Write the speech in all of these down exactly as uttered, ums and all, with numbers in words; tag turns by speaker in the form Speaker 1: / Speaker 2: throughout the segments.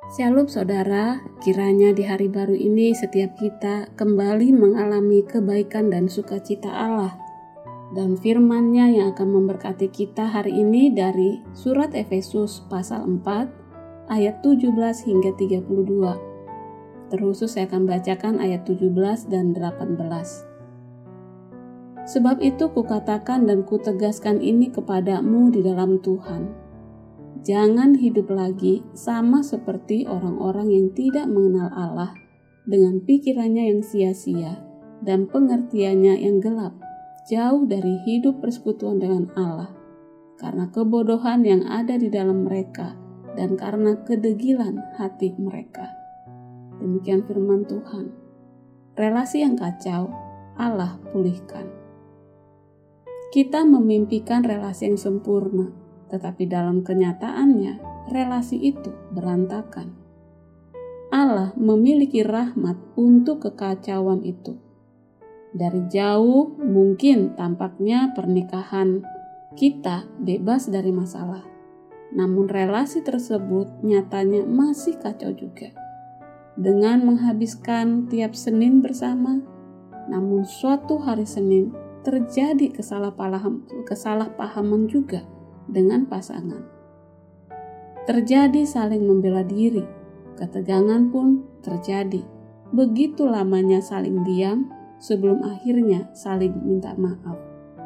Speaker 1: Shalom saudara, kiranya di hari baru ini setiap kita kembali mengalami kebaikan dan sukacita Allah. Dan firman-Nya yang akan memberkati kita hari ini dari surat Efesus pasal empat ayat tujuh belas hingga tiga puluh dua. Terkhusus saya akan bacakan ayat tujuh belas dan delapan belas. Sebab itu kukatakan dan kutegaskan ini kepadamu di dalam Tuhan. Jangan hidup lagi sama seperti orang-orang yang tidak mengenal Allah dengan pikirannya yang sia-sia dan pengertiannya yang gelap, jauh dari hidup persekutuan dengan Allah, karena kebodohan yang ada di dalam mereka dan karena kedegilan hati mereka. Demikian firman Tuhan. Relasi yang kacau, Allah pulihkan. Kita memimpikan relasi yang sempurna, tetapi dalam kenyataannya, relasi itu berantakan. Allah memiliki rahmat untuk kekacauan itu. Dari jauh mungkin tampaknya pernikahan kita bebas dari masalah. Namun relasi tersebut nyatanya masih kacau juga. Dengan menghabiskan tiap Senin bersama, namun suatu hari Senin terjadi kesalahpahaman, kesalahpahaman juga dengan pasangan. Terjadi saling membela diri, ketegangan pun terjadi. Begitu lamanya saling diam sebelum akhirnya saling minta maaf.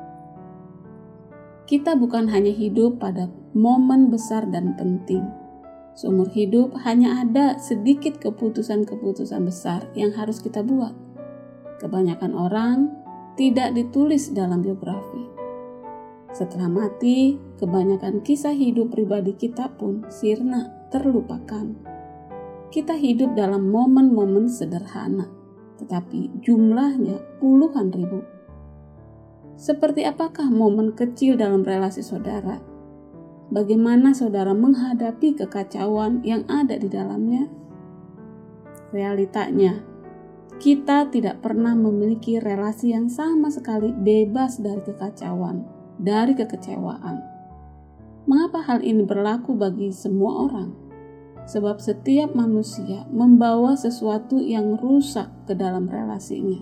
Speaker 1: Kita bukan hanya hidup pada momen besar dan penting. Seumur hidup hanya ada sedikit keputusan-keputusan besar yang harus kita buat. Kebanyakan orang tidak ditulis dalam biografi. Setelah mati, kebanyakan kisah hidup pribadi kita pun sirna terlupakan. Kita hidup dalam momen-momen sederhana, tetapi jumlahnya puluhan ribu. Seperti apakah momen kecil dalam relasi saudara? Bagaimana saudara menghadapi kekacauan yang ada di dalamnya? Realitanya, kita tidak pernah memiliki relasi yang sama sekali bebas dari kekacauan, dari kekecewaan. Mengapa hal ini berlaku bagi semua orang? Sebab setiap manusia membawa sesuatu yang rusak ke dalam relasinya.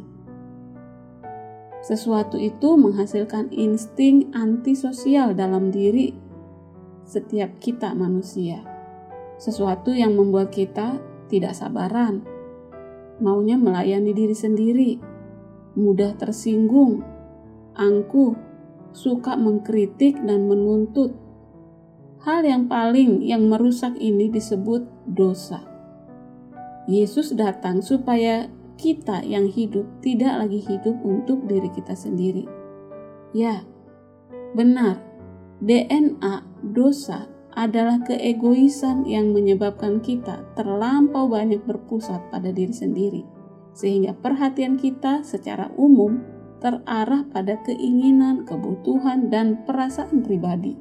Speaker 1: Sesuatu itu menghasilkan insting antisosial dalam diri setiap kita manusia. Sesuatu yang membuat kita tidak sabaran, maunya melayani diri sendiri, mudah tersinggung, angkuh, suka mengkritik dan menuntut. Hal yang paling yang merusak ini disebut dosa. Yesus datang supaya kita yang hidup tidak lagi hidup untuk diri kita sendiri. Ya, benar, D N A dosa adalah keegoisan yang menyebabkan kita terlampau banyak berpusat pada diri sendiri, sehingga perhatian kita secara umum terarah pada keinginan, kebutuhan, dan perasaan pribadi.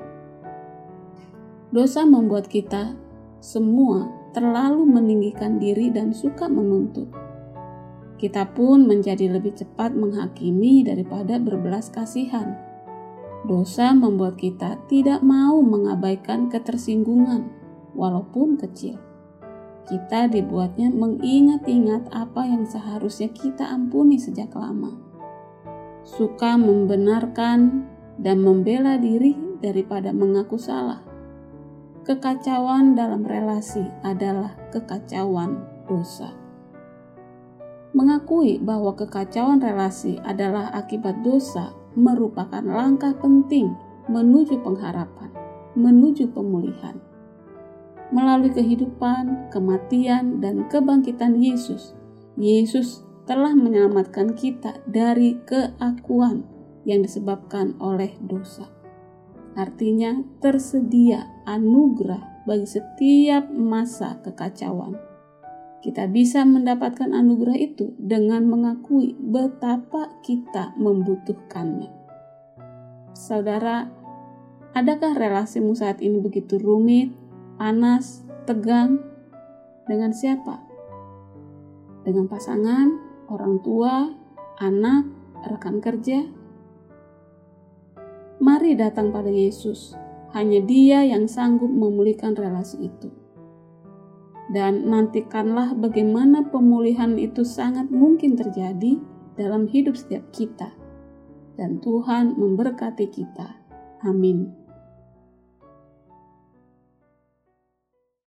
Speaker 1: Dosa membuat kita semua terlalu meninggikan diri dan suka menuntut. Kita pun menjadi lebih cepat menghakimi daripada berbelas kasihan. Dosa membuat kita tidak mau mengabaikan ketersinggungan, walaupun kecil. Kita dibuatnya mengingat-ingat apa yang seharusnya kita ampuni sejak lama. Suka membenarkan dan membela diri daripada mengaku salah. Kekacauan dalam relasi adalah kekacauan dosa. Mengakui bahwa kekacauan relasi adalah akibat dosa merupakan langkah penting menuju pengharapan, menuju pemulihan. Melalui kehidupan, kematian, dan kebangkitan Yesus, Yesus telah menyelamatkan kita dari keakuan yang disebabkan oleh dosa. Artinya tersedia anugerah bagi setiap masa kekacauan. Kita bisa mendapatkan anugerah itu dengan mengakui betapa kita membutuhkannya. Saudara, adakah relasimu saat ini begitu rumit, panas, tegang? Dengan siapa? Dengan pasangan, orang tua, anak, rekan kerja? Mari datang pada Yesus. Hanya Dia yang sanggup memulihkan relasi itu. dan nantikanlah bagaimana pemulihan itu sangat mungkin terjadi dalam hidup setiap kita. Dan Tuhan memberkati kita. Amin.